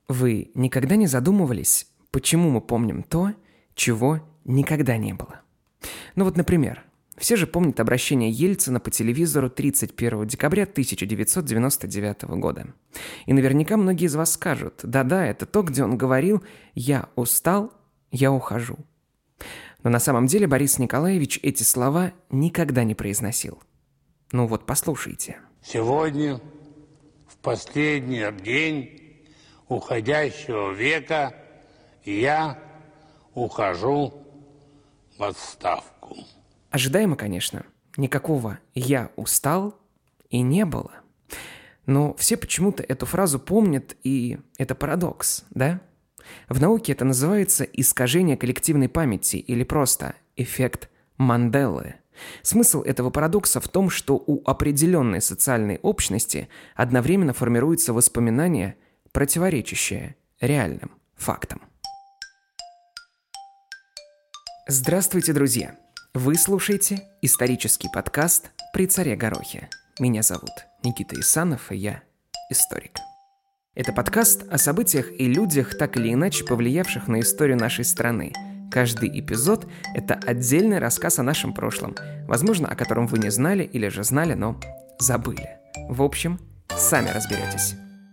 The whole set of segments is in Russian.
Вы никогда не задумывались, почему мы помним то, чего никогда не было? Ну вот, например, все же помнят обращение Ельцина по телевизору 31 декабря 1999 года. И наверняка многие из вас скажут: да-да, это то, где он говорил «я устал, я ухожу». Но на самом деле Борис Николаевич эти слова никогда не произносил. Ну вот, послушайте. Сегодня, в последний день уходящего века, я ухожу в отставку. Ожидаемо, конечно. Никакого «я устал» и не было. Но все почему-то эту фразу помнят, и это парадокс, да? В науке это называется искажение коллективной памяти или просто эффект Манделы. Смысл этого парадокса в том, что у определенной социальной общности одновременно формируются воспоминания, противоречащие реальным фактам. Здравствуйте, друзья! Вы слушаете исторический подкаст «При царе Горохе». Меня зовут Никита Исанов, и я историк. Это подкаст о событиях и людях, так или иначе повлиявших на историю нашей страны. Каждый эпизод – это отдельный рассказ о нашем прошлом, возможно, о котором вы не знали или же знали, но забыли. В общем, сами разберетесь.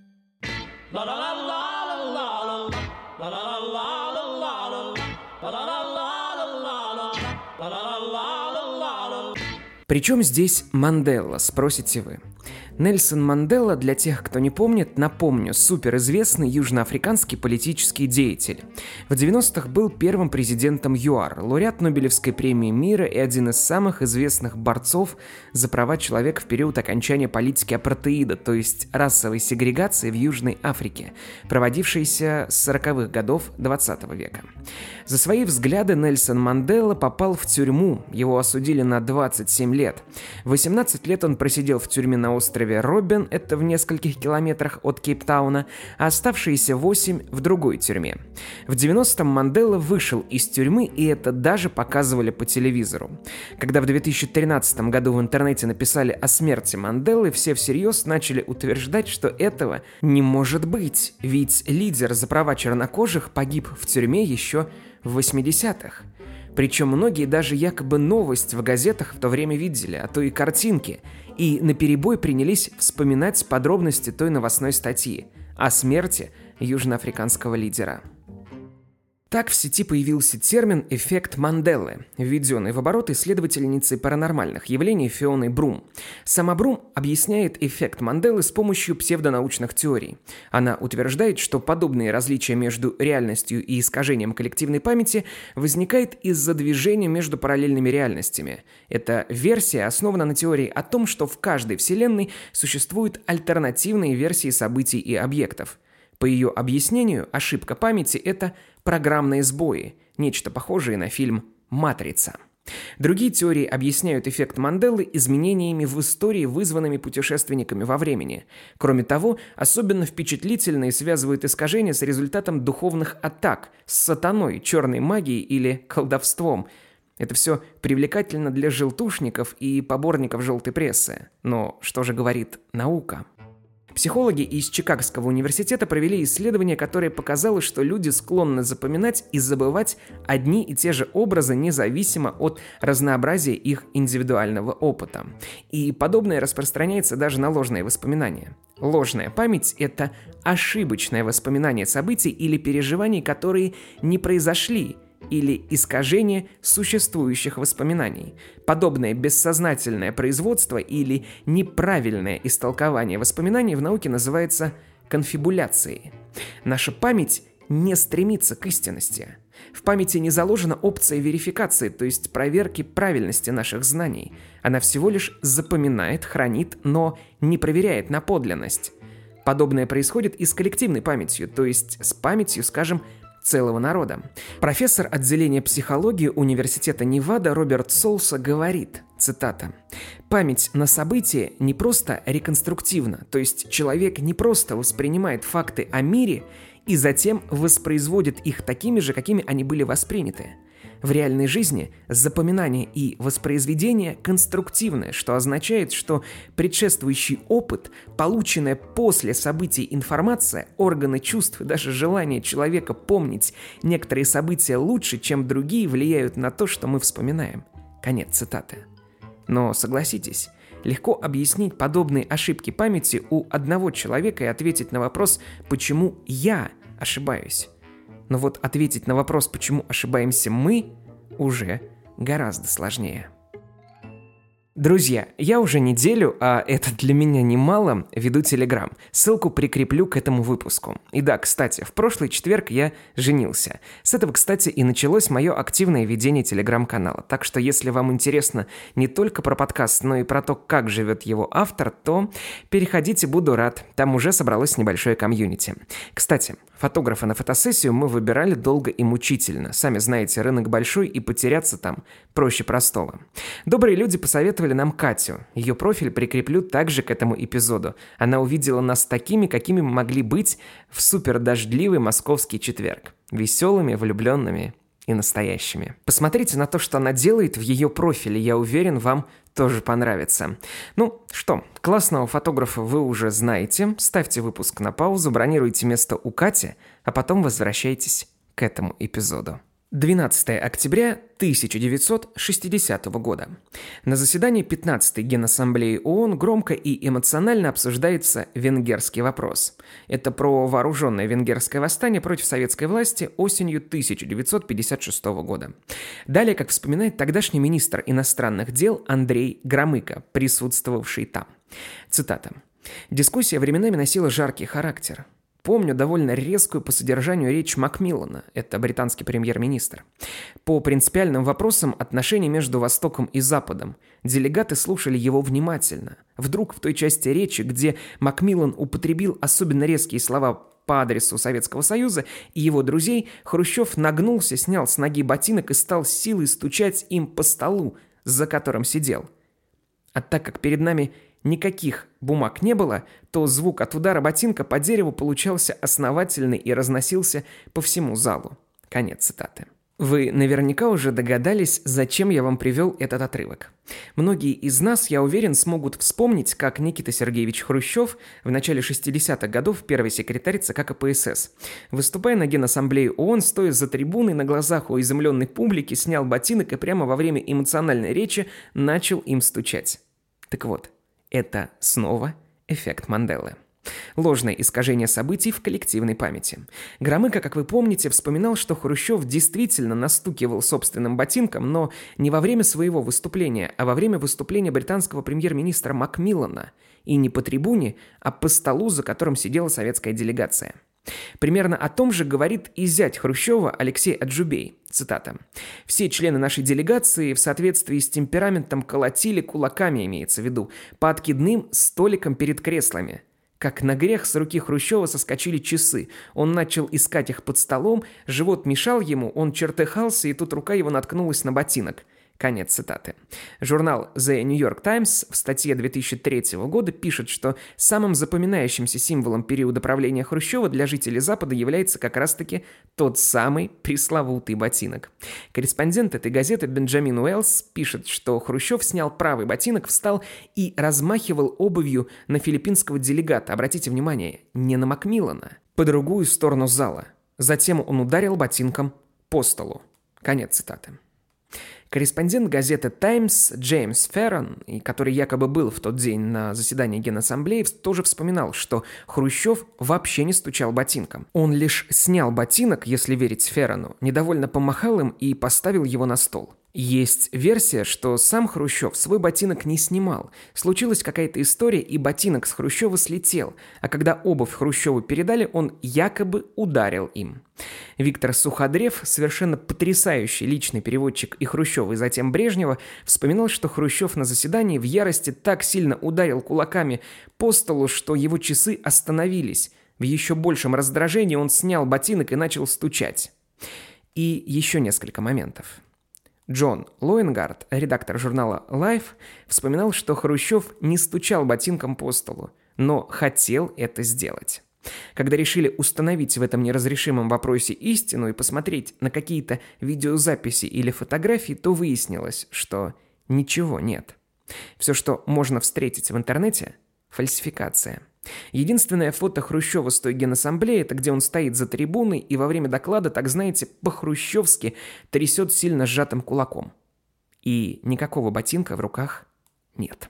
Причем здесь Мандела, спросите вы? Нельсон Мандела, для тех, кто не помнит, напомню, суперизвестный южноафриканский политический деятель. В 90-х был первым президентом ЮАР, лауреат Нобелевской премии мира и один из самых известных борцов за права человека в период окончания политики апартеида, то есть расовой сегрегации в Южной Африке, проводившейся с 40-х годов 20 века. За свои взгляды Нельсон Мандела попал в тюрьму, его осудили на 27 лет. 18 лет он просидел в тюрьме на острове Роббен, это в нескольких километрах от Кейптауна, а оставшиеся 8 в другой тюрьме. В 90-м Мандела вышел из тюрьмы, и это даже показывали по телевизору. Когда в 2013 году в интернете написали о смерти Манделы, все всерьез начали утверждать, что этого не может быть, ведь лидер за права чернокожих погиб в тюрьме еще в 80-х. Причем многие даже якобы новость в газетах в то время видели, а то и картинки, и наперебой принялись вспоминать подробности той новостной статьи о смерти южноафриканского лидера. Так в сети появился термин «эффект Манделы», введенный в оборот исследовательницей паранормальных явлений Фионой Брум. Сама Брум объясняет эффект Манделы с помощью псевдонаучных теорий. Она утверждает, что подобные различия между реальностью и искажением коллективной памяти возникает из-за движения между параллельными реальностями. Эта версия основана на теории о том, что в каждой вселенной существуют альтернативные версии событий и объектов. По ее объяснению, ошибка памяти – это программные сбои, нечто похожее на фильм «Матрица». Другие теории объясняют эффект Манделы изменениями в истории, вызванными путешественниками во времени. Кроме того, особенно впечатлительные связывают искажения с результатом духовных атак, с сатаной, черной магией или колдовством. Это все привлекательно для желтушников и поборников желтой прессы. Но что же говорит наука? Психологи из Чикагского университета провели исследование, которое показало, что люди склонны запоминать и забывать одни и те же образы независимо от разнообразия их индивидуального опыта. И подобное распространяется даже на ложные воспоминания. Ложная память – это ошибочное воспоминание событий или переживаний, которые не произошли, или искажение существующих воспоминаний. Подобное бессознательное производство или неправильное истолкование воспоминаний в науке называется конфибуляцией. Наша память не стремится к истинности. В памяти не заложена опция верификации, то есть проверки правильности наших знаний. Она всего лишь запоминает, хранит, но не проверяет на подлинность. Подобное происходит и с коллективной памятью, то есть с памятью, скажем, целого народа. Профессор отделения психологии Университета Невада Роберт Солса говорит, цитата, «Память на события не просто реконструктивна, то есть человек не просто воспринимает факты о мире и затем воспроизводит их такими же, какими они были восприняты. В реальной жизни запоминание и воспроизведение конструктивное, что означает, что предшествующий опыт, полученная после событий информация, органы чувств и даже желание человека помнить некоторые события лучше, чем другие, влияют на то, что мы вспоминаем. Конец цитаты. Но согласитесь, легко объяснить подобные ошибки памяти у одного человека и ответить на вопрос «почему я ошибаюсь?». Но вот ответить на вопрос «почему ошибаемся мы?» уже гораздо сложнее. Друзья, я уже неделю, а это для меня немало, веду Telegram. Ссылку прикреплю к этому выпуску. И да, кстати, в прошлый четверг я женился. С этого, кстати, и началось мое активное ведение Telegram-канала. Так что, если вам интересно не только про подкаст, но и про то, как живет его автор, то переходите, буду рад. Там уже собралось небольшое комьюнити. Кстати, фотографа на фотосессию мы выбирали долго и мучительно. Сами знаете, рынок большой, и потеряться там проще простого. Добрые люди посоветовали нам Катю. Ее профиль прикреплю также к этому эпизоду. Она увидела нас такими, какими мы могли быть в супердождливый московский четверг. Веселыми, влюбленными и настоящими. Посмотрите на то, что она делает в ее профиле. Я уверен, вам тоже понравится. Ну что, классного фотографа вы уже знаете. Ставьте выпуск на паузу, бронируйте место у Кати, а потом возвращайтесь к этому эпизоду. 12 октября 1960 года. На заседании 15-й Генассамблеи ООН громко и эмоционально обсуждается венгерский вопрос. Это про вооруженное венгерское восстание против советской власти осенью 1956 года. Далее, как вспоминает тогдашний министр иностранных дел Андрей Громыко, присутствовавший там. Цитата. «Дискуссия временами носила жаркий характер. Помню довольно резкую по содержанию речь Макмиллана, это британский премьер-министр. По принципиальным вопросам отношений между Востоком и Западом делегаты слушали его внимательно. Вдруг в той части речи, где Макмиллан употребил особенно резкие слова по адресу Советского Союза и его друзей, Хрущев нагнулся, снял с ноги ботинок и стал с силой стучать им по столу, за которым сидел. А так как перед нами никаких бумаг не было, то звук от удара ботинка по дереву получался основательный и разносился по всему залу». Конец цитаты. Вы наверняка уже догадались, зачем я вам привел этот отрывок. Многие из нас, я уверен, смогут вспомнить, как Никита Сергеевич Хрущев в начале 60-х годов, первый секретарь ЦК КПСС, выступая на Генассамблее ООН, стоя за трибуной на глазах у изумленной публики, снял ботинок и прямо во время эмоциональной речи начал им стучать. Так вот, это снова эффект Манделы. Ложное искажение событий в коллективной памяти. Громыко, как вы помните, вспоминал, что Хрущев действительно настукивал собственным ботинком, но не во время своего выступления, а во время выступления британского премьер-министра Макмиллана. И не по трибуне, а по столу, за которым сидела советская делегация. Примерно о том же говорит и зять Хрущева Алексей Аджубей. Цитата. «Все члены нашей делегации в соответствии с темпераментом колотили кулаками, имеется в виду, по откидным столикам перед креслами. Как на грех с руки Хрущева соскочили часы. Он начал искать их под столом, живот мешал ему, он чертыхался, и тут рука его наткнулась на ботинок». Конец цитаты. Журнал The New York Times в статье 2003 года пишет, что самым запоминающимся символом периода правления Хрущева для жителей Запада является как раз-таки тот самый пресловутый ботинок. Корреспондент этой газеты Бенджамин Уэллс пишет, что Хрущев снял правый ботинок, встал и размахивал обувью на филиппинского делегата. Обратите внимание, не на Макмиллана, по другую сторону зала. Затем он ударил ботинком по столу. Конец цитаты. Корреспондент газеты «Таймс» Джеймс Феррон, который якобы был в тот день на заседании Генассамблеи, тоже вспоминал, что Хрущев вообще не стучал ботинком. Он лишь снял ботинок, если верить Феррону, недовольно помахал им и поставил его на стол. Есть версия, что сам Хрущев свой ботинок не снимал. Случилась какая-то история, и ботинок с Хрущева слетел, а когда обувь Хрущеву передали, он якобы ударил им. Виктор Суходрев, совершенно потрясающий личный переводчик и Хрущева, и затем Брежнева, вспоминал, что Хрущев на заседании в ярости так сильно ударил кулаками по столу, что его часы остановились. В еще большем раздражении он снял ботинок и начал стучать. И еще несколько моментов. Джон Лоенгард, редактор журнала Life, вспоминал, что Хрущев не стучал ботинком по столу, но хотел это сделать. Когда решили установить в этом неразрешимом вопросе истину и посмотреть на какие-то видеозаписи или фотографии, то выяснилось, что ничего нет. Все, что можно встретить в интернете – фальсификация. Единственное фото Хрущева с той генассамблеи – это где он стоит за трибуной и во время доклада, так знаете, по-хрущевски трясет сильно сжатым кулаком. И никакого ботинка в руках нет.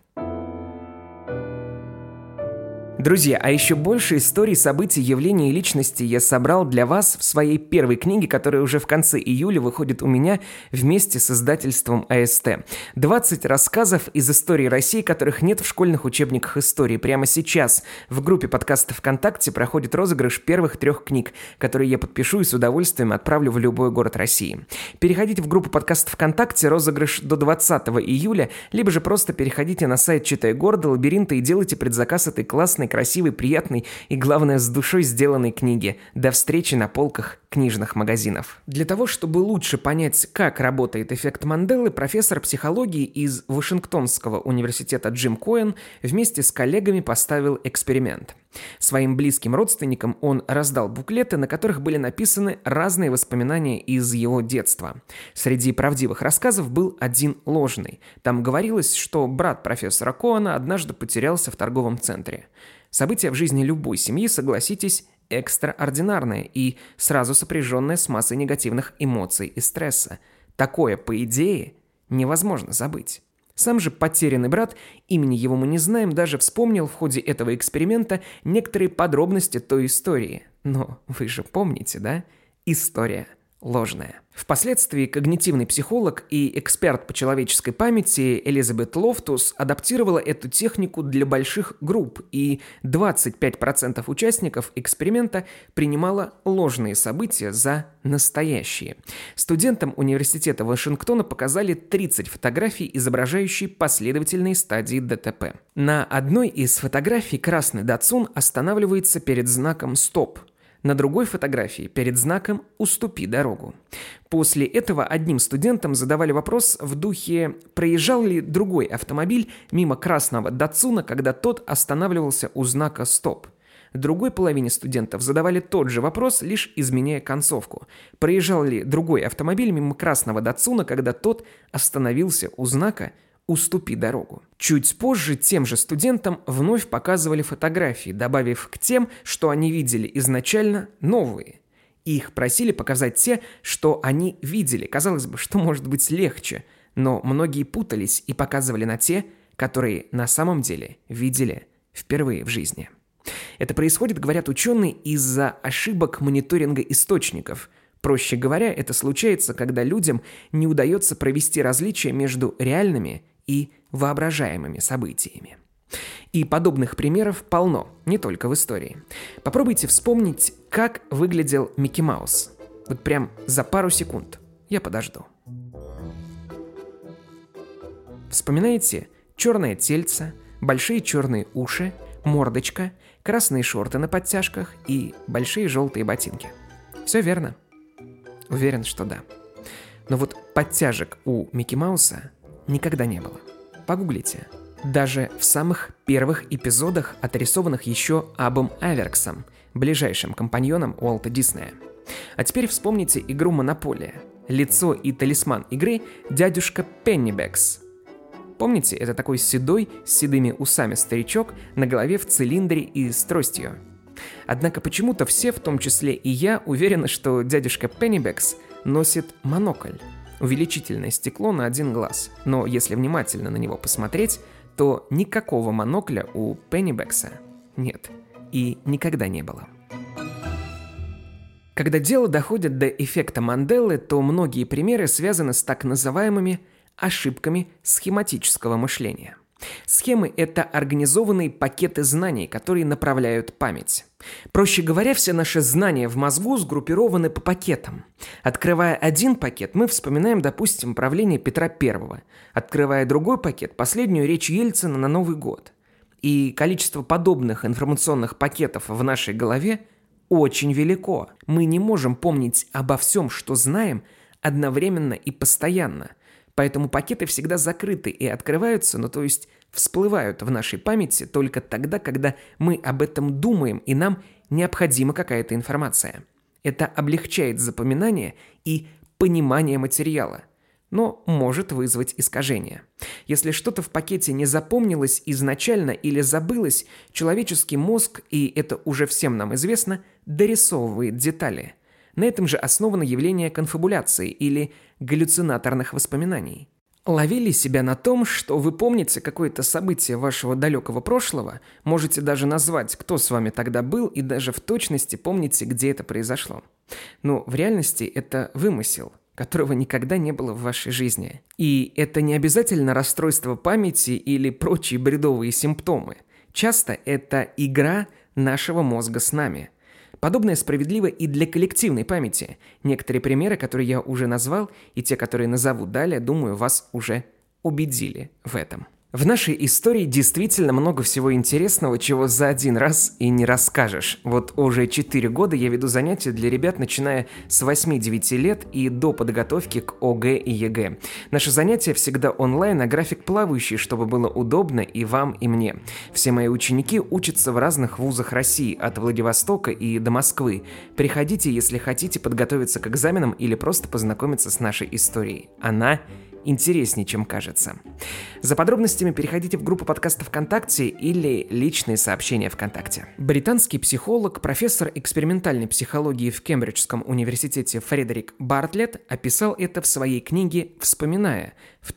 Друзья, а еще больше историй, событий, явлений и личностей я собрал для вас в своей первой книге, которая уже в конце июля выходит у меня вместе с издательством АСТ. 20 рассказов из истории России, которых нет в школьных учебниках истории. Прямо сейчас в группе подкаста ВКонтакте проходит розыгрыш первых 3 книг, которые я подпишу и с удовольствием отправлю в любой город России. Переходите в группу подкаста ВКонтакте, розыгрыш до 20 июля, либо же просто переходите на сайт «Читай города», «Лабиринта» и делайте предзаказ этой классной, красивой, приятной и, главное, с душой сделанной книги. До встречи на полках книжных магазинов. Для того, чтобы лучше понять, как работает эффект Манделы, профессор психологии из Вашингтонского университета Джим Коэн вместе с коллегами поставил эксперимент. Своим близким родственникам он раздал буклеты, на которых были написаны разные воспоминания из его детства. Среди правдивых рассказов был один ложный. Там говорилось, что брат профессора Коэна однажды потерялся в торговом центре. Событие в жизни любой семьи, согласитесь, экстраординарное и сразу сопряженное с массой негативных эмоций и стресса. Такое, по идее, невозможно забыть. Сам же потерянный брат, имени его мы не знаем, даже вспомнил в ходе этого эксперимента некоторые подробности той истории. Но вы же помните, да? История ложная. Впоследствии когнитивный психолог и эксперт по человеческой памяти Элизабет Лофтус адаптировала эту технику для больших групп, и 25% участников эксперимента принимало ложные события за настоящие. Студентам университета Вашингтона показали 30 фотографий, изображающие последовательные стадии ДТП. На одной из фотографий красный Датсун останавливается перед знаком «Стоп». На другой фотографии перед знаком «Уступи дорогу». После этого одним студентам задавали вопрос в духе «Проезжал ли другой автомобиль мимо красного Датсуна, когда тот останавливался у знака «Стоп»?» Другой половине студентов задавали тот же вопрос, лишь изменяя концовку. Проезжал ли другой автомобиль мимо красного Датсуна, когда тот остановился у знака «Уступи дорогу». Чуть позже тем же студентам вновь показывали фотографии, добавив к тем, что они видели изначально, новые. Их просили показать те, что они видели. Казалось бы, что может быть легче, но многие путались и показывали на те, которые на самом деле видели впервые в жизни. Это происходит, говорят ученые, из-за ошибок мониторинга источников. Проще говоря, это случается, когда людям не удается провести различия между реальными и воображаемыми событиями. И подобных примеров полно, не только в истории. Попробуйте вспомнить, как выглядел Микки Маус. Вот прям за пару секунд. Я подожду. Вспоминаете черное тельце, большие черные уши, мордочка, красные шорты на подтяжках и большие желтые ботинки? Все верно? Уверен, что да. Но вот подтяжек у Микки Мауса никогда не было. Погуглите. Даже в самых первых эпизодах, отрисованных еще Абом Аверксом, ближайшим компаньоном Уолта Диснея. А теперь вспомните игру «Монополия». Лицо и талисман игры – дядюшка Пеннибекс. Помните, это такой седой, с седыми усами старичок, на голове в цилиндре и с тростью. Однако почему-то все, в том числе и я, уверены, что дядюшка Пеннибекс носит монокль. Увеличительное стекло на один глаз. Но если внимательно на него посмотреть, то никакого монокля у Пеннибекса нет и никогда не было. Когда дело доходит до эффекта Манделы, то многие примеры связаны с так называемыми ошибками схематического мышления. Схемы – это организованные пакеты знаний, которые направляют память. Проще говоря, все наши знания в мозгу сгруппированы по пакетам. Открывая один пакет, мы вспоминаем, допустим, правление Петра I. Открывая другой пакет – последнюю речь Ельцина на Новый год. И количество подобных информационных пакетов в нашей голове очень велико. Мы не можем помнить обо всем, что знаем, одновременно и постоянно. Поэтому пакеты всегда закрыты и открываются, то есть всплывают в нашей памяти только тогда, когда мы об этом думаем, и нам необходима какая-то информация. Это облегчает запоминание и понимание материала, но может вызвать искажения. Если что-то в пакете не запомнилось изначально или забылось, человеческий мозг, и это уже всем нам известно, дорисовывает детали. На этом же основано явление конфабуляции или галлюцинаторных воспоминаний. Ловили себя на том, что вы помните какое-то событие вашего далекого прошлого, можете даже назвать, кто с вами тогда был, и даже в точности помните, где это произошло. Но в реальности это вымысел, которого никогда не было в вашей жизни. И это не обязательно расстройство памяти или прочие бредовые симптомы. Часто это игра нашего мозга с нами. Подобное справедливо и для коллективной памяти. Некоторые примеры, которые я уже назвал, и те, которые назову далее, думаю, вас уже убедили в этом. В нашей истории действительно много всего интересного, чего за один раз и не расскажешь. Вот уже 4 года я веду занятия для ребят, начиная с 8-9 лет и до подготовки к ОГЭ и ЕГЭ. Наши занятия всегда онлайн, а график плавающий, чтобы было удобно и вам, и мне. Все мои ученики учатся в разных вузах России, от Владивостока и до Москвы. Приходите, если хотите подготовиться к экзаменам или просто познакомиться с нашей историей. Она интереснее, чем кажется. За подробностями переходите в группу подкаста ВКонтакте или личные сообщения ВКонтакте. Британский психолог, профессор экспериментальной психологии в Кембриджском университете Фредерик Бартлетт описал это в своей книге «Вспоминая» в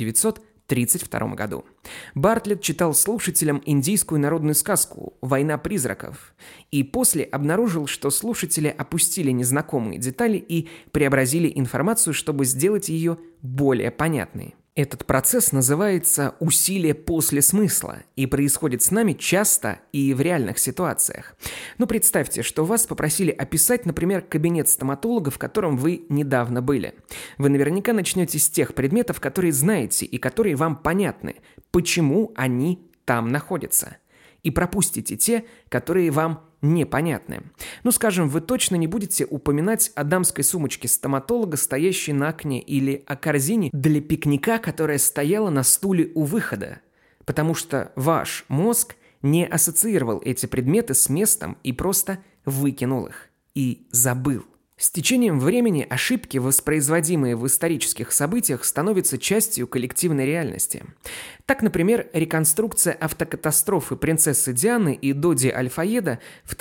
1932 году. Бартлетт читал слушателям индийскую народную сказку «Война призраков» и после обнаружил, что слушатели опустили незнакомые детали и преобразили информацию, чтобы сделать ее более понятной. Этот процесс называется «усилие после смысла» и происходит с нами часто и в реальных ситуациях. Ну, представьте, что вас попросили описать, например, кабинет стоматолога, в котором вы недавно были. Вы наверняка начнете с тех предметов, которые знаете и которые вам понятны, почему они там находятся. И пропустите те, которые вам непонятны. Ну, скажем, вы точно не будете упоминать о дамской сумочке стоматолога, стоящей на окне, или о корзине для пикника, которая стояла на стуле у выхода, потому что ваш мозг не ассоциировал эти предметы с местом и просто выкинул их и забыл. С течением времени ошибки, воспроизводимые в исторических событиях, становятся частью коллективной реальности. Так, например, реконструкция автокатастрофы принцессы Дианы и Доди Аль-Фаеда в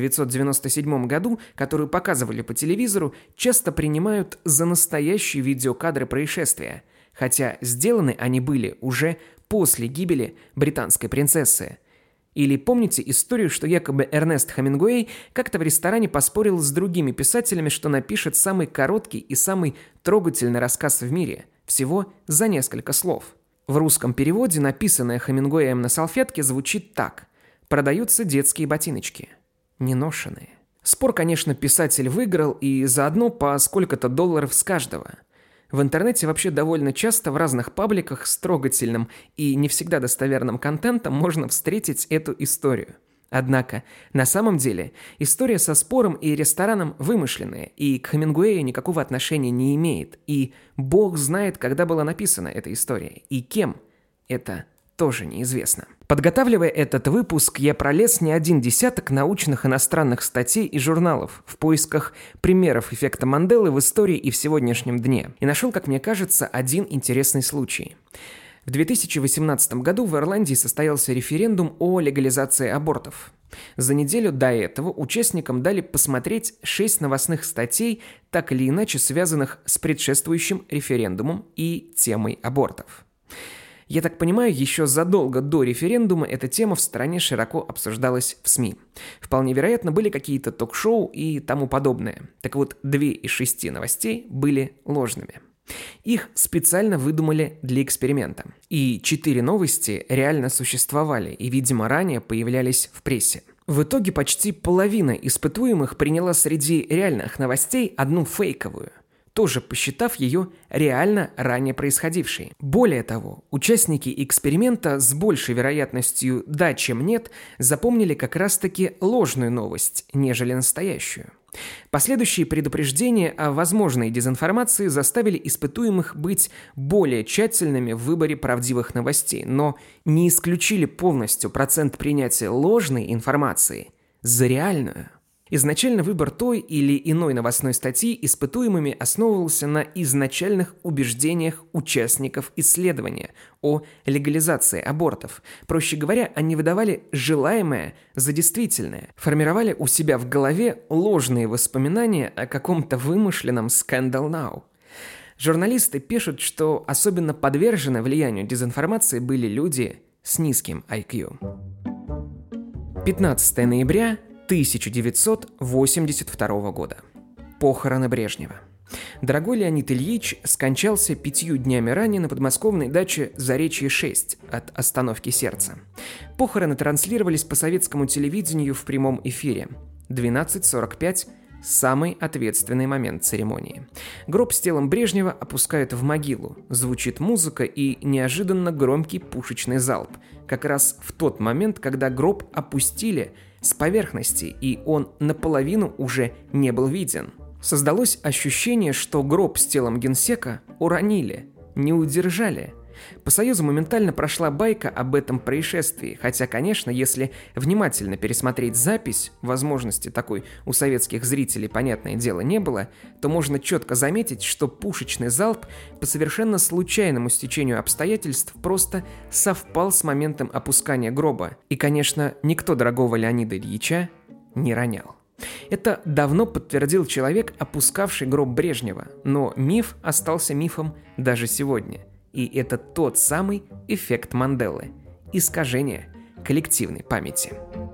1997 году, которую показывали по телевизору, часто принимают за настоящие видеокадры происшествия, хотя сделаны они были уже после гибели британской принцессы. Или помните историю, что якобы Эрнест Хемингуэй как-то в ресторане поспорил с другими писателями, что напишет самый короткий и самый трогательный рассказ в мире, всего за несколько слов. В русском переводе написанное Хемингуэем на салфетке звучит так: «Продаются детские ботиночки, неношенные». Спор, конечно, писатель выиграл, и заодно по сколько-то долларов с каждого. В интернете вообще довольно часто в разных пабликах с трогательным и не всегда достоверным контентом можно встретить эту историю. Однако, на самом деле, история со спором и рестораном вымышленная, и к Хемингуэю никакого отношения не имеет, и Бог знает, когда была написана эта история, и кем, это тоже неизвестно. Подготавливая этот выпуск, я пролез не один десяток научных иностранных статей и журналов в поисках примеров эффекта Манделы в истории и в сегодняшнем дне. И нашел, как мне кажется, один интересный случай. В 2018 году в Ирландии состоялся референдум о легализации абортов. За неделю до этого участникам дали посмотреть 6 новостных статей, так или иначе связанных с предшествующим референдумом и темой абортов. Я так понимаю, еще задолго до референдума эта тема в стране широко обсуждалась в СМИ. Вполне вероятно, были какие-то ток-шоу и тому подобное. Так вот, 2 из 6 новостей были ложными. Их специально выдумали для эксперимента. И 4 новости реально существовали и, видимо, ранее появлялись в прессе. В итоге почти половина испытуемых приняла среди реальных новостей одну фейковую, тоже посчитав ее реально ранее происходившей. Более того, участники эксперимента с большей вероятностью «да», чем «нет» запомнили как раз-таки ложную новость, нежели настоящую. Последующие предупреждения о возможной дезинформации заставили испытуемых быть более тщательными в выборе правдивых новостей, но не исключили полностью процент принятия ложной информации за реальную. Изначально выбор той или иной новостной статьи испытуемыми основывался на изначальных убеждениях участников исследования о легализации абортов. Проще говоря, они выдавали желаемое за действительное, формировали у себя в голове ложные воспоминания о каком-то вымышленном «Scandal Now». Журналисты пишут, что особенно подвержены влиянию дезинформации были люди с низким IQ. 15 ноября 1982 года. Похороны Брежнева. Дорогой Леонид Ильич скончался 5 днями ранее на подмосковной даче Заречье-6 от остановки сердца. Похороны транслировались по советскому телевидению в прямом эфире. 12:45 – самый ответственный момент церемонии. Гроб с телом Брежнева опускают в могилу. Звучит музыка и неожиданно громкий пушечный залп. Как раз в тот момент, когда гроб опустили с поверхности, и он наполовину уже не был виден. Создалось ощущение, что гроб с телом генсека уронили, не удержали. По Союзу моментально прошла байка об этом происшествии, хотя, конечно, если внимательно пересмотреть запись, возможности такой у советских зрителей, понятное дело, не было, то можно четко заметить, что пушечный залп по совершенно случайному стечению обстоятельств просто совпал с моментом опускания гроба. И, конечно, никто дорогого Леонида Ильича не ронял. Это давно подтвердил человек, опускавший гроб Брежнева, но миф остался мифом даже сегодня. И это тот самый эффект Манделы – искажение коллективной памяти.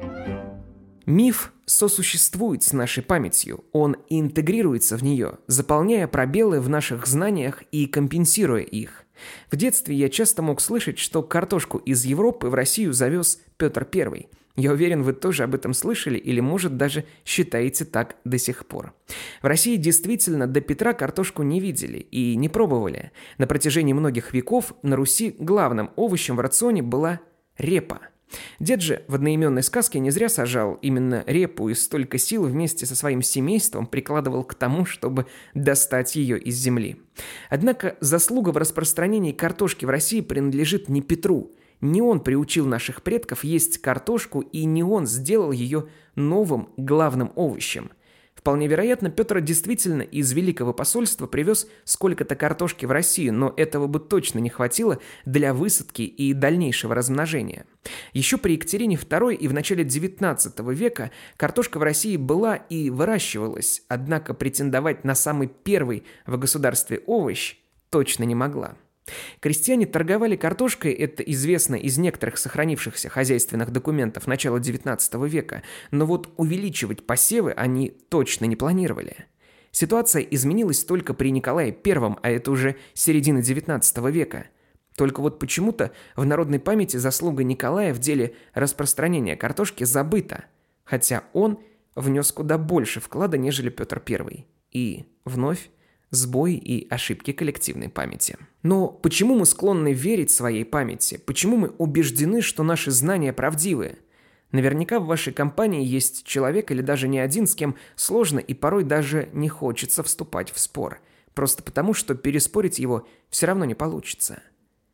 Миф сосуществует с нашей памятью, он интегрируется в нее, заполняя пробелы в наших знаниях и компенсируя их. В детстве я часто мог слышать, что картошку из Европы в Россию завез Петр I. Я уверен, вы тоже об этом слышали или, может, даже считаете так до сих пор. В России действительно до Петра картошку не видели и не пробовали. На протяжении многих веков на Руси главным овощем в рационе была репа. Дед же в одноименной сказке не зря сажал именно репу и столько сил вместе со своим семейством прикладывал к тому, чтобы достать ее из земли. Однако заслуга в распространении картошки в России принадлежит не Петру. Не он приучил наших предков есть картошку, и не он сделал ее новым главным овощем. Вполне вероятно, Петр действительно из Великого посольства привез сколько-то картошки в Россию, но этого бы точно не хватило для высадки и дальнейшего размножения. Еще при Екатерине II и в начале XIX века картошка в России была и выращивалась, однако претендовать на самый первый в государстве овощ точно не могла. Крестьяне торговали картошкой, это известно из некоторых сохранившихся хозяйственных документов начала XIX века, но вот увеличивать посевы они точно не планировали. Ситуация изменилась только при Николае I, а это уже середина XIX века. Только вот почему-то в народной памяти заслуга Николая в деле распространения картошки забыта, хотя он внес куда больше вклада, нежели Петр I. И вновь сбои и ошибки коллективной памяти. Но почему мы склонны верить своей памяти? Почему мы убеждены, что наши знания правдивы? Наверняка в вашей компании есть человек или даже не один, с кем сложно и порой даже не хочется вступать в спор. Просто потому, что переспорить его все равно не получится.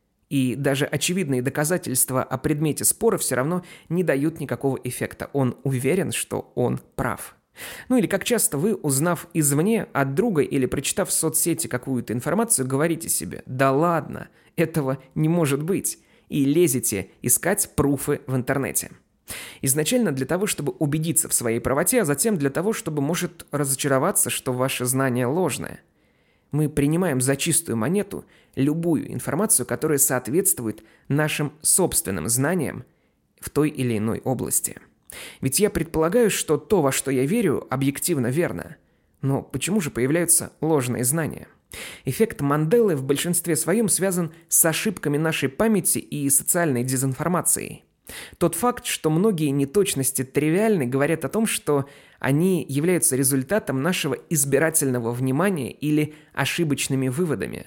И даже очевидные доказательства о предмете спора все равно не дают никакого эффекта. Он уверен, что он прав. Ну или как часто вы, узнав извне от друга или прочитав в соцсети какую-то информацию, говорите себе: «Да ладно, этого не может быть», и лезете искать пруфы в интернете. Изначально для того, чтобы убедиться в своей правоте, а затем для того, чтобы, может, разочароваться, что ваше знание ложное. Мы принимаем за чистую монету любую информацию, которая соответствует нашим собственным знаниям в той или иной области. Ведь я предполагаю, что то, во что я верю, объективно верно. Но почему же появляются ложные знания? Эффект Манделы в большинстве своем связан с ошибками нашей памяти и социальной дезинформацией. Тот факт, что многие неточности тривиальны, говорят о том, что они являются результатом нашего избирательного внимания или ошибочными выводами.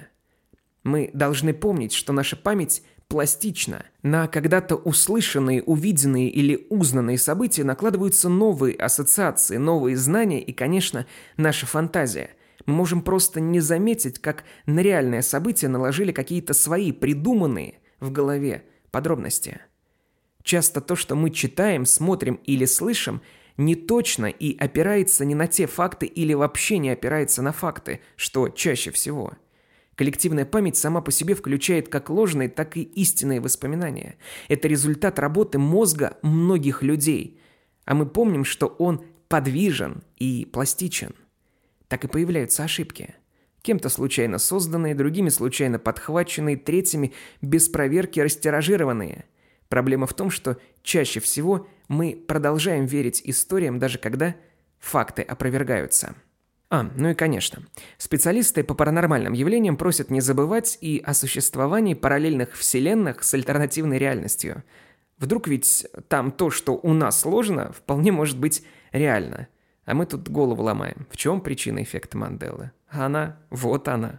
Мы должны помнить, что наша память пластично. На когда-то услышанные, увиденные или узнанные события накладываются новые ассоциации, новые знания и, конечно, наша фантазия. Мы можем просто не заметить, как на реальное событие наложили какие-то свои придуманные в голове подробности. Часто то, что мы читаем, смотрим или слышим, не точно и опирается не на те факты или вообще не опирается на факты, что чаще всего. Коллективная память сама по себе включает как ложные, так и истинные воспоминания. Это результат работы мозга многих людей. А мы помним, что он подвижен и пластичен. Так и появляются ошибки. Кем-то случайно созданные, другими случайно подхваченные, третьими без проверки растиражированные. Проблема в том, что чаще всего мы продолжаем верить историям, даже когда факты опровергаются. Ну и конечно, специалисты по паранормальным явлениям просят не забывать и о существовании параллельных вселенных с альтернативной реальностью. Вдруг ведь там то, что у нас сложно, вполне может быть реально. А мы тут голову ломаем. В чем причина эффекта Манделы? Вот она.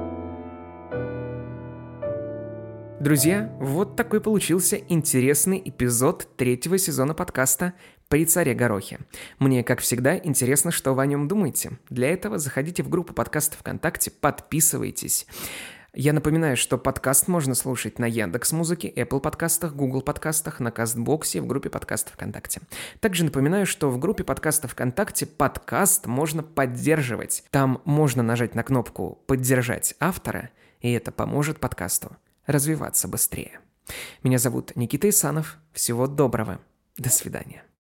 Друзья, вот такой получился интересный эпизод 3-го сезона подкаста «При царе Горохе». Мне, как всегда, интересно, что вы о нем думаете. Для этого заходите в группу подкаста ВКонтакте, подписывайтесь. Я напоминаю, что подкаст можно слушать на Яндекс.Музыке, Apple подкастах, Google подкастах, на Кастбоксе и в группе подкастов ВКонтакте. Также напоминаю, что в группе подкастов ВКонтакте подкаст можно поддерживать. Там можно нажать на кнопку «Поддержать автора», и это поможет подкасту развиваться быстрее. Меня зовут Никита Исанов. Всего доброго. До свидания.